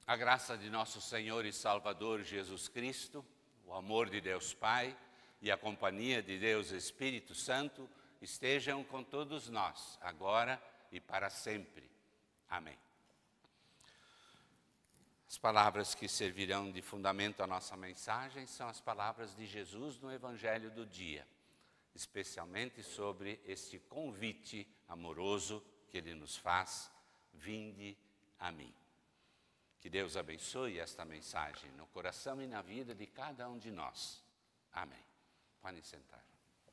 A graça de nosso Senhor e Salvador Jesus Cristo, o amor de Deus Pai e a companhia de Deus Espírito Santo estejam com todos nós, agora e para sempre. Amém. As palavras que servirão de fundamento à nossa mensagem são as palavras de Jesus no Evangelho do dia, especialmente sobre este convite amoroso que Ele nos faz: vinde a mim. Que Deus abençoe esta mensagem no coração e na vida de cada um de nós. Amém. Podem sentar.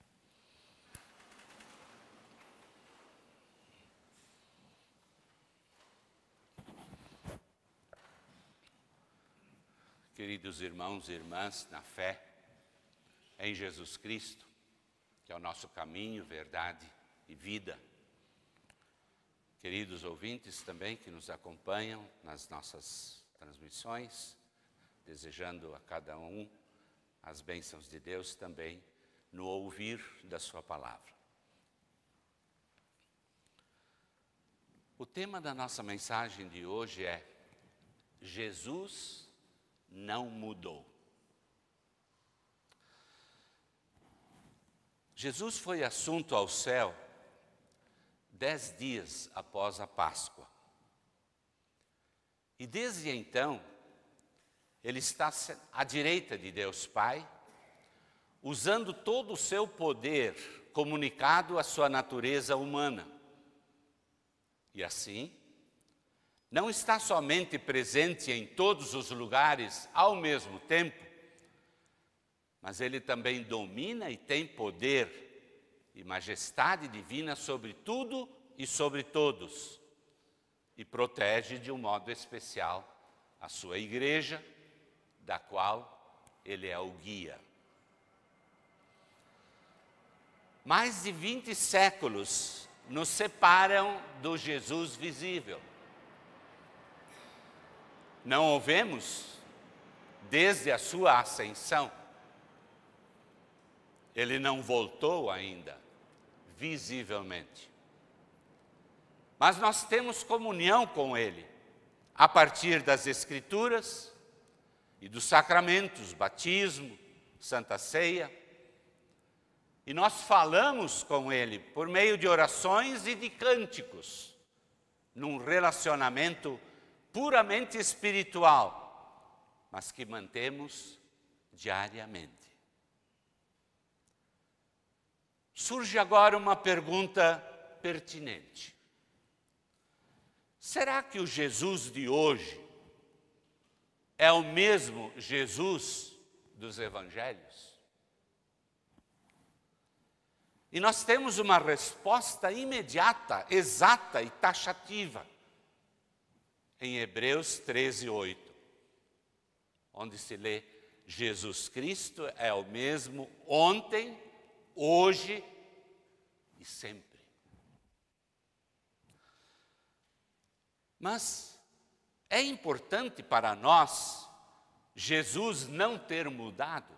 Queridos irmãos e irmãs, na fé em Jesus Cristo, que é o nosso caminho, verdade e vida. Queridos ouvintes também que nos acompanham nas nossas transmissões, desejando a cada um as bênçãos de Deus também no ouvir da sua palavra. O tema da nossa mensagem de hoje é: Jesus não mudou. Jesus foi assunto ao céu 10 dias após a Páscoa. E desde então, Ele está à direita de Deus Pai, usando todo o seu poder comunicado à sua natureza humana. E assim, não está somente presente em todos os lugares ao mesmo tempo, mas Ele também domina e tem poder e majestade divina sobre tudo e sobre todos, e protege de um modo especial a sua igreja, da qual Ele é o guia. Mais de 20 séculos nos separam do Jesus visível. Não o vemos desde a sua ascensão. Ele não voltou ainda, visivelmente. Mas nós temos comunhão com Ele, a partir das Escrituras e dos sacramentos, batismo, Santa Ceia. E nós falamos com Ele por meio de orações e de cânticos, num relacionamento puramente espiritual, mas que mantemos diariamente. Surge agora uma pergunta pertinente. Será que o Jesus de hoje é o mesmo Jesus dos Evangelhos? E nós temos uma resposta imediata, exata e taxativa em Hebreus 13:8, onde se lê: Jesus Cristo é o mesmo ontem, hoje e sempre. Mas é importante para nós Jesus não ter mudado?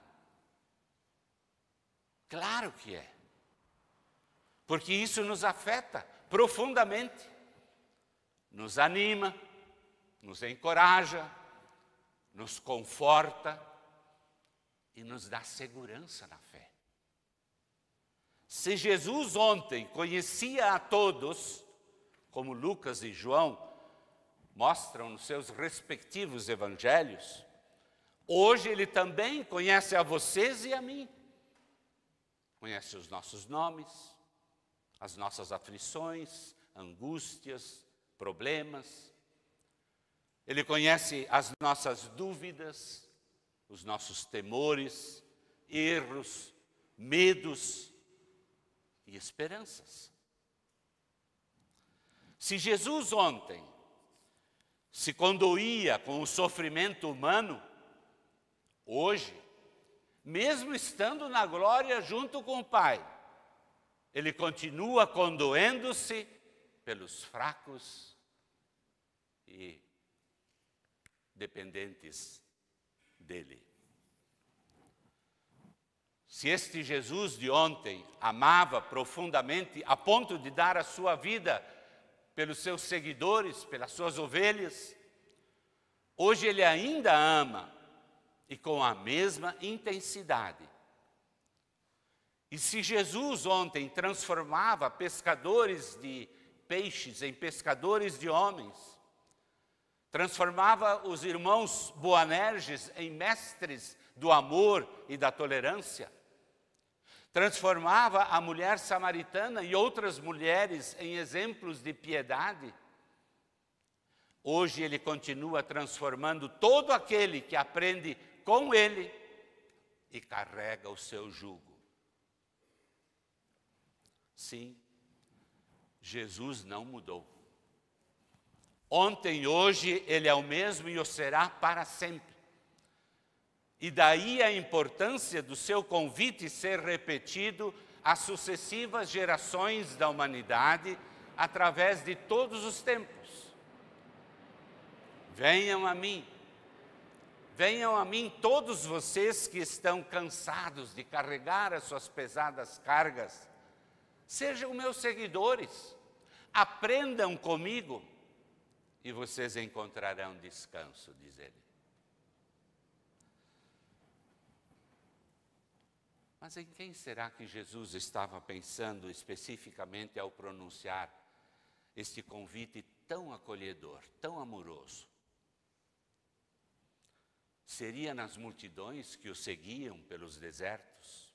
Claro que é. Porque isso nos afeta profundamente. Nos anima, nos encoraja, nos conforta e nos dá segurança na fé. Se Jesus ontem conhecia a todos, como Lucas e João mostram nos seus respectivos evangelhos, hoje Ele também conhece a vocês e a mim. Conhece os nossos nomes, as nossas aflições, angústias, problemas. Ele conhece as nossas dúvidas, os nossos temores, erros, medos e esperanças. Se Jesus ontem se condoía com o sofrimento humano, hoje, mesmo estando na glória junto com o Pai, Ele continua condoendo-se pelos fracos e dependentes dEle. Se este Jesus de ontem amava profundamente a ponto de dar a sua vida pelos seus seguidores, pelas suas ovelhas, Hoje Ele ainda ama, e com a mesma intensidade. E se Jesus ontem transformava pescadores de peixes em pescadores de homens, transformava os irmãos Boanerges em mestres do amor e da tolerância, transformava a mulher samaritana e outras mulheres em exemplos de piedade, hoje Ele continua transformando todo aquele que aprende com Ele e carrega o seu jugo. Sim, Jesus não mudou. Ontem, hoje, Ele é o mesmo e o será para sempre. E daí a importância do seu convite ser repetido às sucessivas gerações da humanidade através de todos os tempos. Venham a mim todos vocês que estão cansados de carregar as suas pesadas cargas. Sejam meus seguidores, aprendam comigo e vocês encontrarão descanso, diz Ele. Mas em quem será que Jesus estava pensando especificamente ao pronunciar este convite tão acolhedor, tão amoroso? Seria nas multidões que o seguiam pelos desertos?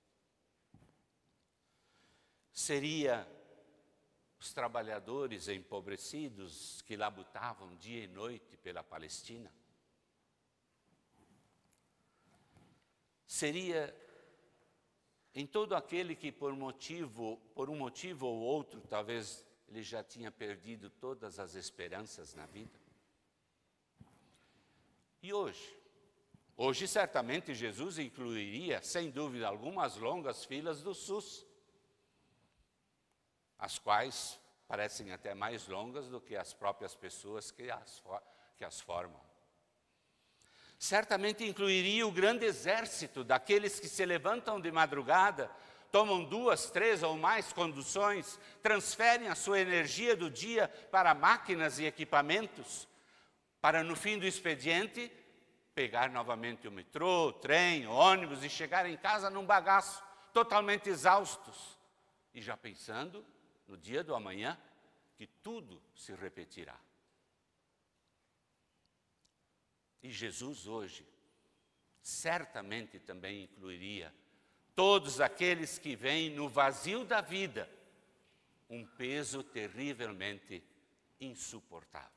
Seria os trabalhadores empobrecidos que labutavam dia e noite pela Palestina? Seria em todo aquele que por um motivo ou outro, talvez ele já tinha perdido todas as esperanças na vida? E hoje certamente Jesus incluiria, sem dúvida alguma, as longas filas do SUS, as quais parecem até mais longas do que as próprias pessoas que as formam. Certamente incluiria o grande exército daqueles que se levantam de madrugada, tomam 2, 3 ou mais conduções, transferem a sua energia do dia para máquinas e equipamentos, para no fim do expediente pegar novamente o metrô, o trem, o ônibus e chegar em casa num bagaço, totalmente exaustos, e já pensando no dia do amanhã que tudo se repetirá. E Jesus hoje certamente também incluiria todos aqueles que veem no vazio da vida um peso terrivelmente insuportável.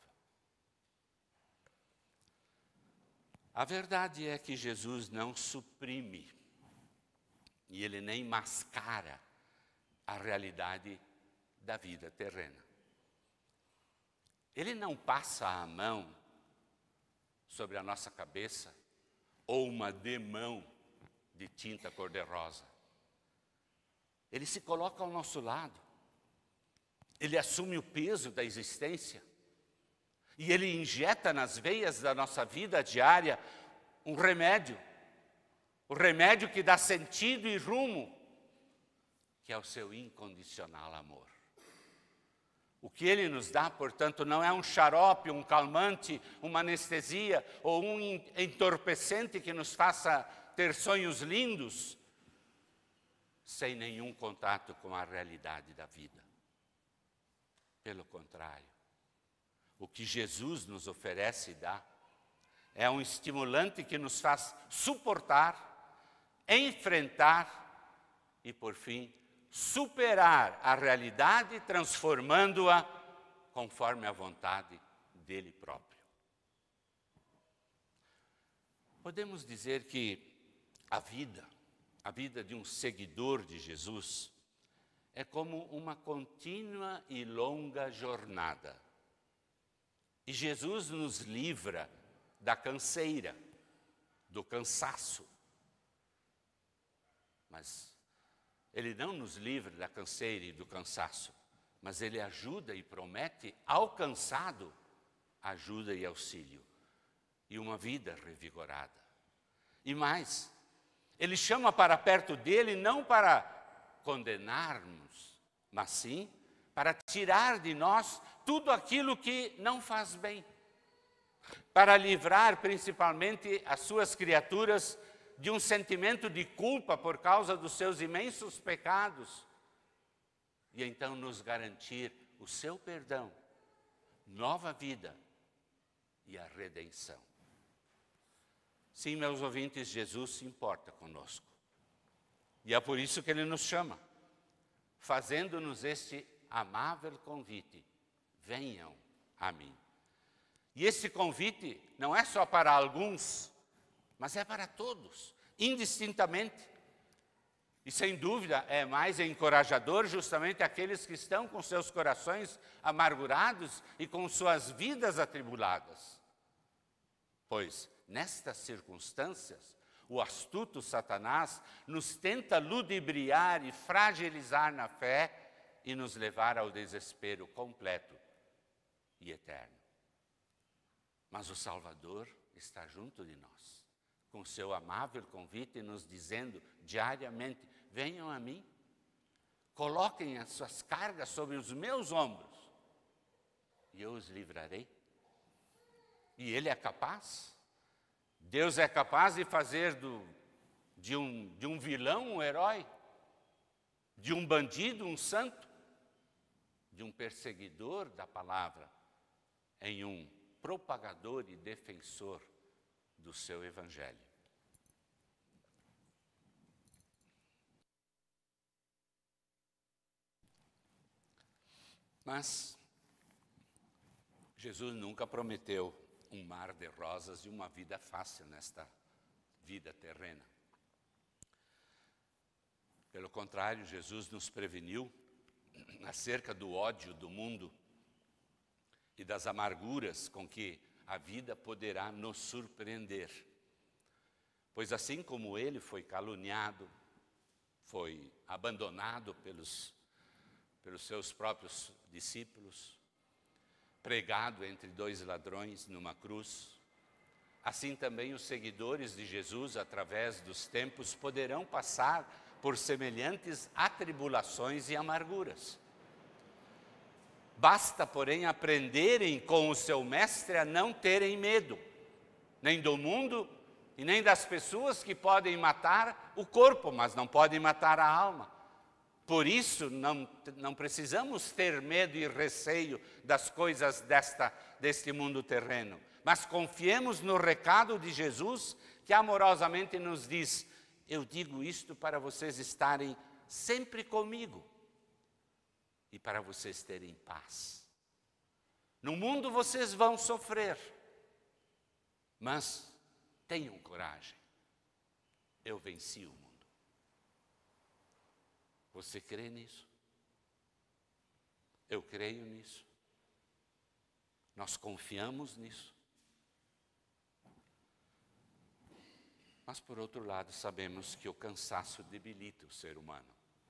A verdade é que Jesus não suprime e Ele nem mascara a realidade da vida terrena. Ele não passa a mão sobre a nossa cabeça ou uma demão de tinta cor-de-rosa. Ele se coloca ao nosso lado. Ele assume o peso da existência. E Ele injeta nas veias da nossa vida diária um remédio. O remédio que dá sentido e rumo, que é o seu incondicional amor. O que Ele nos dá, portanto, não é um xarope, um calmante, uma anestesia ou um entorpecente que nos faça ter sonhos lindos, sem nenhum contato com a realidade da vida. Pelo contrário, o que Jesus nos oferece e dá é um estimulante que nos faz suportar, enfrentar e, por fim, superar a realidade, transformando-a conforme a vontade dele próprio. Podemos dizer que a vida de um seguidor de Jesus é como uma contínua e longa jornada. E Jesus nos livra da canseira, do cansaço. Mas Ele não nos livra da canseira e do cansaço, mas Ele ajuda e promete ao cansado ajuda e auxílio, e uma vida revigorada. E mais, Ele chama para perto dEle não para condenar-nos, mas sim para tirar de nós tudo aquilo que não faz bem. para livrar principalmente as suas criaturas de um sentimento de culpa por causa dos seus imensos pecados, e então nos garantir o seu perdão, nova vida e a redenção. Sim, meus ouvintes, Jesus se importa conosco. E é por isso que Ele nos chama, fazendo-nos este amável convite: venham a mim. E esse convite não é só para alguns, mas é para todos, indistintamente. E sem dúvida é mais encorajador justamente aqueles que estão com seus corações amargurados e com suas vidas atribuladas. Pois, nestas circunstâncias, o astuto Satanás nos tenta ludibriar e fragilizar na fé e nos levar ao desespero completo e eterno. Mas o Salvador está junto de nós, com seu amável convite, nos dizendo diariamente: venham a mim, coloquem as suas cargas sobre os meus ombros, e eu os livrarei. E Ele é capaz, Deus é capaz de fazer de um vilão um herói, de um bandido um santo, de um perseguidor da palavra em um propagador e defensor do seu evangelho. Mas Jesus nunca prometeu um mar de rosas e uma vida fácil nesta vida terrena. Pelo contrário, Jesus nos preveniu acerca do ódio do mundo e das amarguras com que a vida poderá nos surpreender. Pois assim como Ele foi caluniado, foi abandonado pelos seus próprios discípulos, pregado entre dois ladrões numa cruz, assim também os seguidores de Jesus, através dos tempos, poderão passar por semelhantes atribulações e amarguras. Basta, porém, aprenderem com o seu mestre a não terem medo, nem do mundo e nem das pessoas que podem matar o corpo, mas não podem matar a alma. Por isso, não precisamos ter medo e receio das coisas deste mundo terreno, mas confiemos no recado de Jesus, que amorosamente nos diz: eu digo isto para vocês estarem sempre comigo e para vocês terem paz. No mundo vocês vão sofrer, mas tenham coragem, eu venci o mundo. Você crê nisso? Eu creio nisso. Nós confiamos nisso. Mas, por outro lado, sabemos que o cansaço debilita o ser humano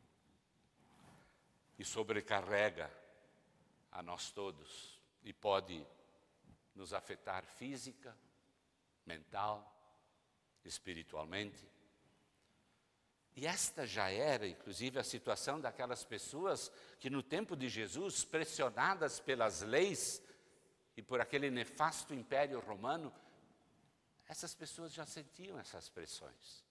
e sobrecarrega a nós todos e pode nos afetar física, mental, espiritualmente. E esta já era, inclusive, a situação daquelas pessoas que no tempo de Jesus, pressionadas pelas leis e por aquele nefasto império romano, essas pessoas já sentiam essas pressões.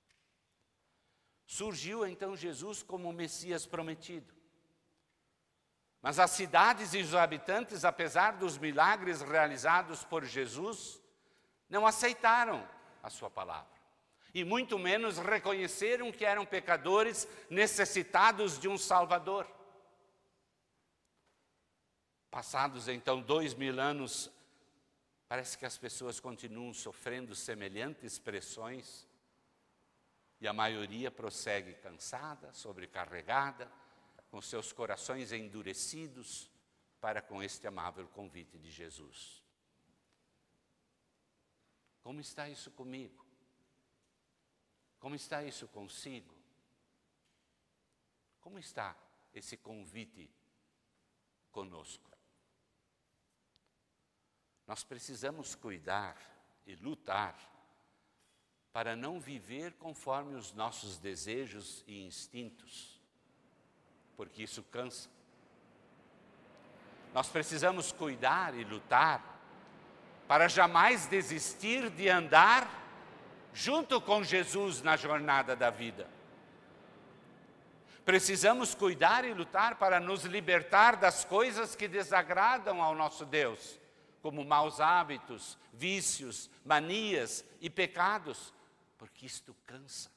Surgiu então Jesus como o Messias prometido. Mas as cidades e os habitantes, apesar dos milagres realizados por Jesus, não aceitaram a sua palavra. E muito menos reconheceram que eram pecadores necessitados de um Salvador. Passados então 2000 anos, parece que as pessoas continuam sofrendo semelhantes pressões e a maioria prossegue cansada, sobrecarregada, com seus corações endurecidos para com este amável convite de Jesus. Como está isso comigo? Como está isso consigo? Como está esse convite conosco? Nós precisamos cuidar e lutar para não viver conforme os nossos desejos e instintos, porque isso cansa. Nós precisamos cuidar e lutar para jamais desistir de andar junto com Jesus na jornada da vida. Precisamos cuidar e lutar para nos libertar das coisas que desagradam ao nosso Deus, como maus hábitos, vícios, manias e pecados, porque isto cansa.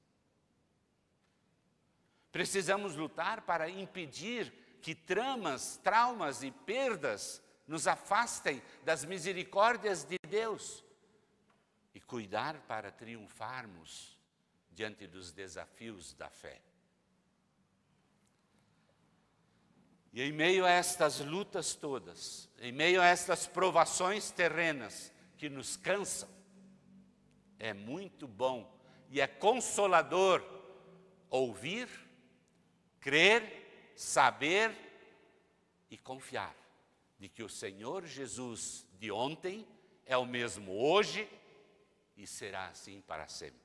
Precisamos lutar para impedir que traumas e perdas nos afastem das misericórdias de Deus e cuidar para triunfarmos diante dos desafios da fé. E em meio a estas lutas todas, em meio a estas provações terrenas que nos cansam, é muito bom e é consolador ouvir, crer, saber e confiar de que o Senhor Jesus de ontem é o mesmo hoje e será assim para sempre.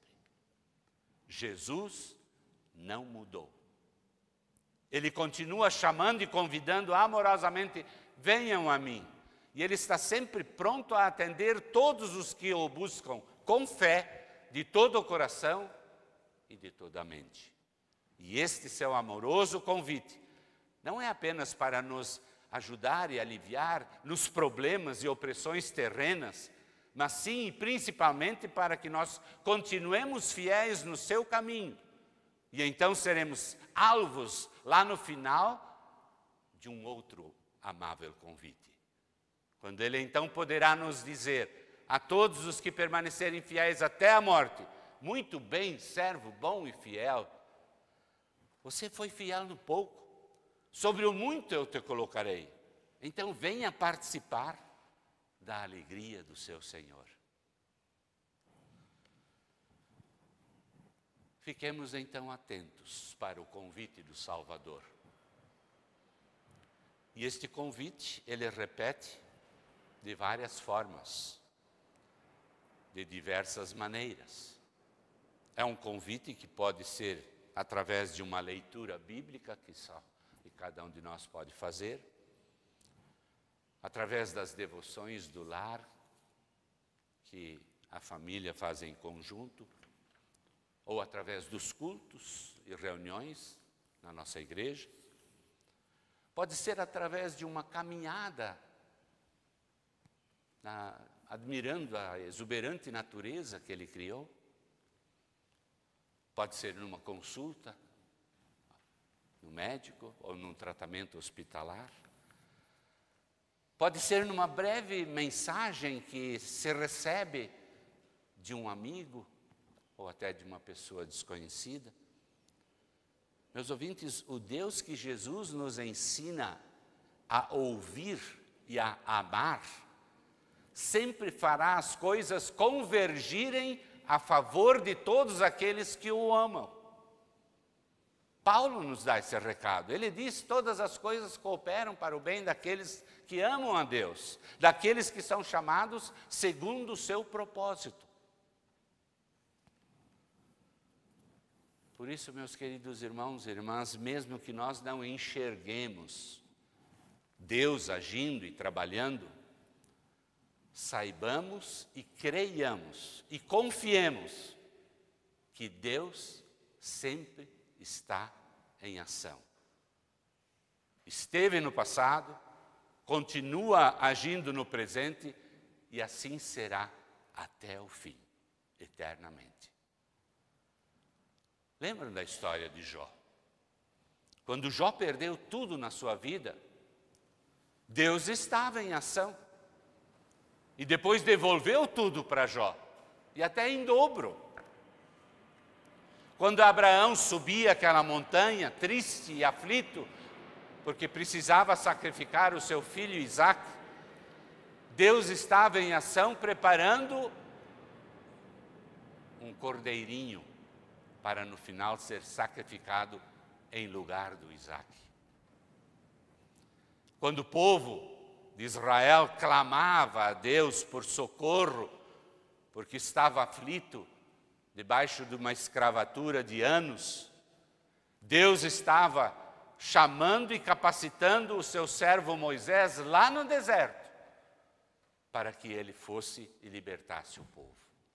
Jesus não mudou. Ele continua chamando e convidando amorosamente, venham a mim. E Ele está sempre pronto a atender todos os que o buscam com fé, de todo o coração e de toda a mente. E este seu amoroso convite não é apenas para nos ajudar e aliviar nos problemas e opressões terrenas, mas sim e principalmente para que nós continuemos fiéis no seu caminho. E então seremos alvos lá no final de um outro amável convite. Quando Ele então poderá nos dizer a todos os que permanecerem fiéis até a morte, muito bem, servo bom e fiel, você foi fiel no pouco, sobre o muito eu te colocarei. Então venha participar da alegria do seu Senhor. Fiquemos então atentos para o convite do Salvador. E este convite, ele repete de várias formas, de diversas maneiras. É um convite que pode ser através de uma leitura bíblica, que cada um de nós pode fazer, através das devoções do lar, que a família faz em conjunto, ou através dos cultos e reuniões na nossa igreja. Pode ser através de uma caminhada, admirando a exuberante natureza que Ele criou. Pode ser numa consulta no médico ou num tratamento hospitalar. Pode ser numa breve mensagem que se recebe de um amigo ou até de uma pessoa desconhecida. Meus ouvintes, o Deus que Jesus nos ensina a ouvir e a amar, sempre fará as coisas convergirem a favor de todos aqueles que o amam. Paulo nos dá esse recado. Ele diz: todas as coisas cooperam para o bem daqueles que amam a Deus, daqueles que são chamados segundo o seu propósito. Por isso, meus queridos irmãos e irmãs, mesmo que nós não enxerguemos Deus agindo e trabalhando, saibamos e creiamos e confiemos que Deus sempre está em ação. Esteve no passado, continua agindo no presente e assim será até o fim, eternamente. Lembram da história de Jó? Quando Jó perdeu tudo na sua vida, Deus estava em ação. E depois devolveu tudo para Jó, e até em dobro. Quando Abraão subia aquela montanha, triste e aflito, porque precisava sacrificar o seu filho Isaque, Deus estava em ação preparando um cordeirinho para no final ser sacrificado em lugar do Isaque. Quando o povo de Israel clamava a Deus por socorro, porque estava aflito debaixo de uma escravatura de anos, Deus estava chamando e capacitando o seu servo Moisés lá no deserto para que ele fosse e libertasse o povo.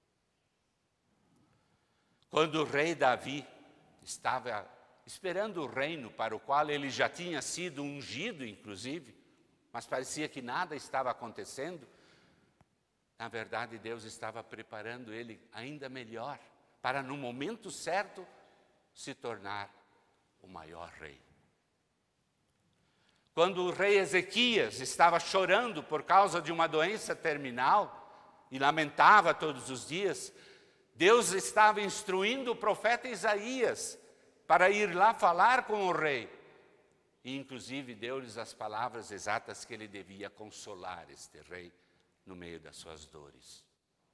Quando o rei Davi estava esperando o reino para o qual ele já tinha sido ungido, inclusive, mas parecia que nada estava acontecendo, na verdade Deus estava preparando ele ainda melhor, para no momento certo se tornar o maior rei. Quando o rei Ezequias estava chorando por causa de uma doença terminal e lamentava todos os dias, Deus estava instruindo o profeta Isaías para ir lá falar com o rei. E inclusive deu-lhes as palavras exatas que ele devia consolar este rei no meio das suas dores.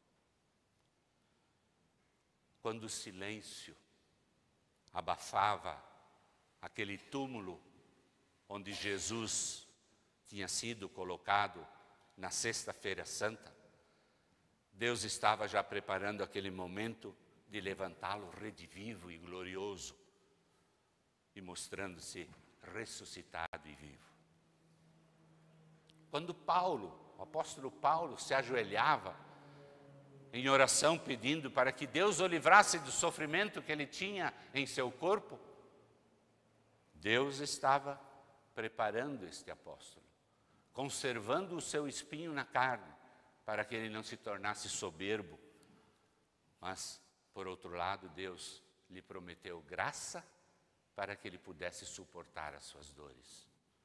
Quando o silêncio abafava aquele túmulo onde Jesus tinha sido colocado na Sexta-feira Santa, Deus estava já preparando aquele momento de levantá-lo redivivo e glorioso e mostrando-se ressuscitado e vivo. Quando o apóstolo Paulo se ajoelhava em oração pedindo para que Deus o livrasse do sofrimento que ele tinha em seu corpo, Deus estava preparando este apóstolo, conservando o seu espinho na carne, para que ele não se tornasse soberbo. Mas, por outro lado, Deus lhe prometeu graça para que ele pudesse suportar as suas dores.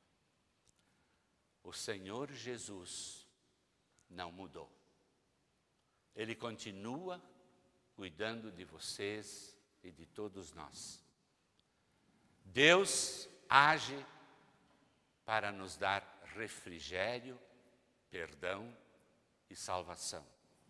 O Senhor Jesus não mudou. Ele continua cuidando de vocês e de todos nós. Deus age para nos dar refrigério, perdão e salvação.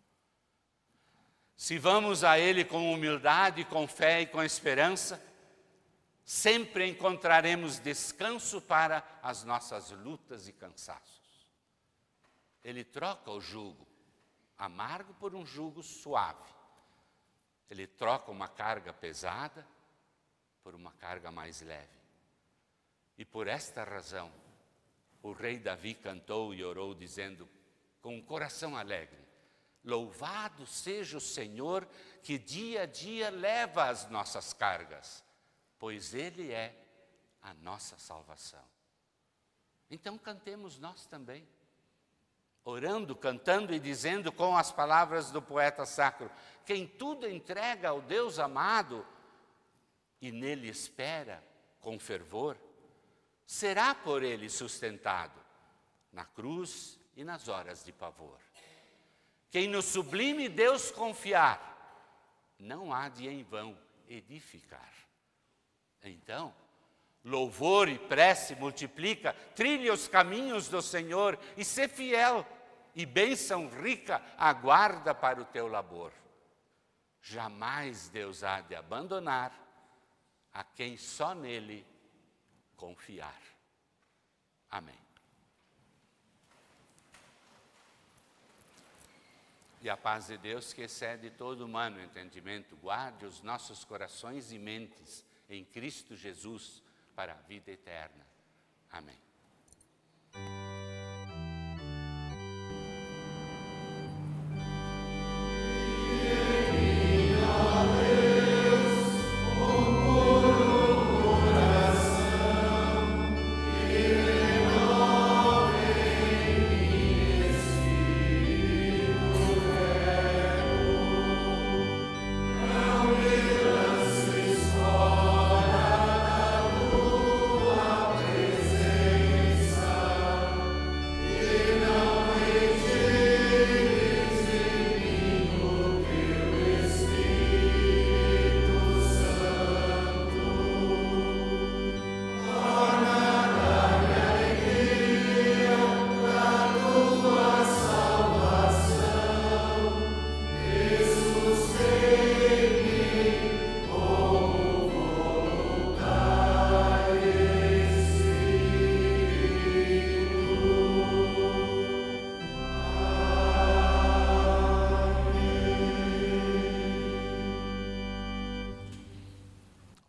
Se vamos a Ele com humildade, com fé e com esperança, sempre encontraremos descanso para as nossas lutas e cansaços. Ele troca o jugo amargo por um jugo suave. Ele troca uma carga pesada por uma carga mais leve. E por esta razão, o rei Davi cantou e orou dizendo, com um coração alegre, louvado seja o Senhor que dia a dia leva as nossas cargas, pois Ele é a nossa salvação. Então cantemos nós também, orando, cantando e dizendo com as palavras do poeta sacro, quem tudo entrega ao Deus amado e nele espera com fervor, será por Ele sustentado na cruz e nas horas de pavor. Quem no sublime Deus confiar, não há de em vão edificar. Então, louvor e prece multiplica, trilha os caminhos do Senhor e sê fiel, e bênção rica aguarda para o teu labor. Jamais Deus há de abandonar a quem só nele confiar. Amém. E a paz de Deus, que excede todo humano entendimento, guarde os nossos corações e mentes em Cristo Jesus para a vida eterna. Amém.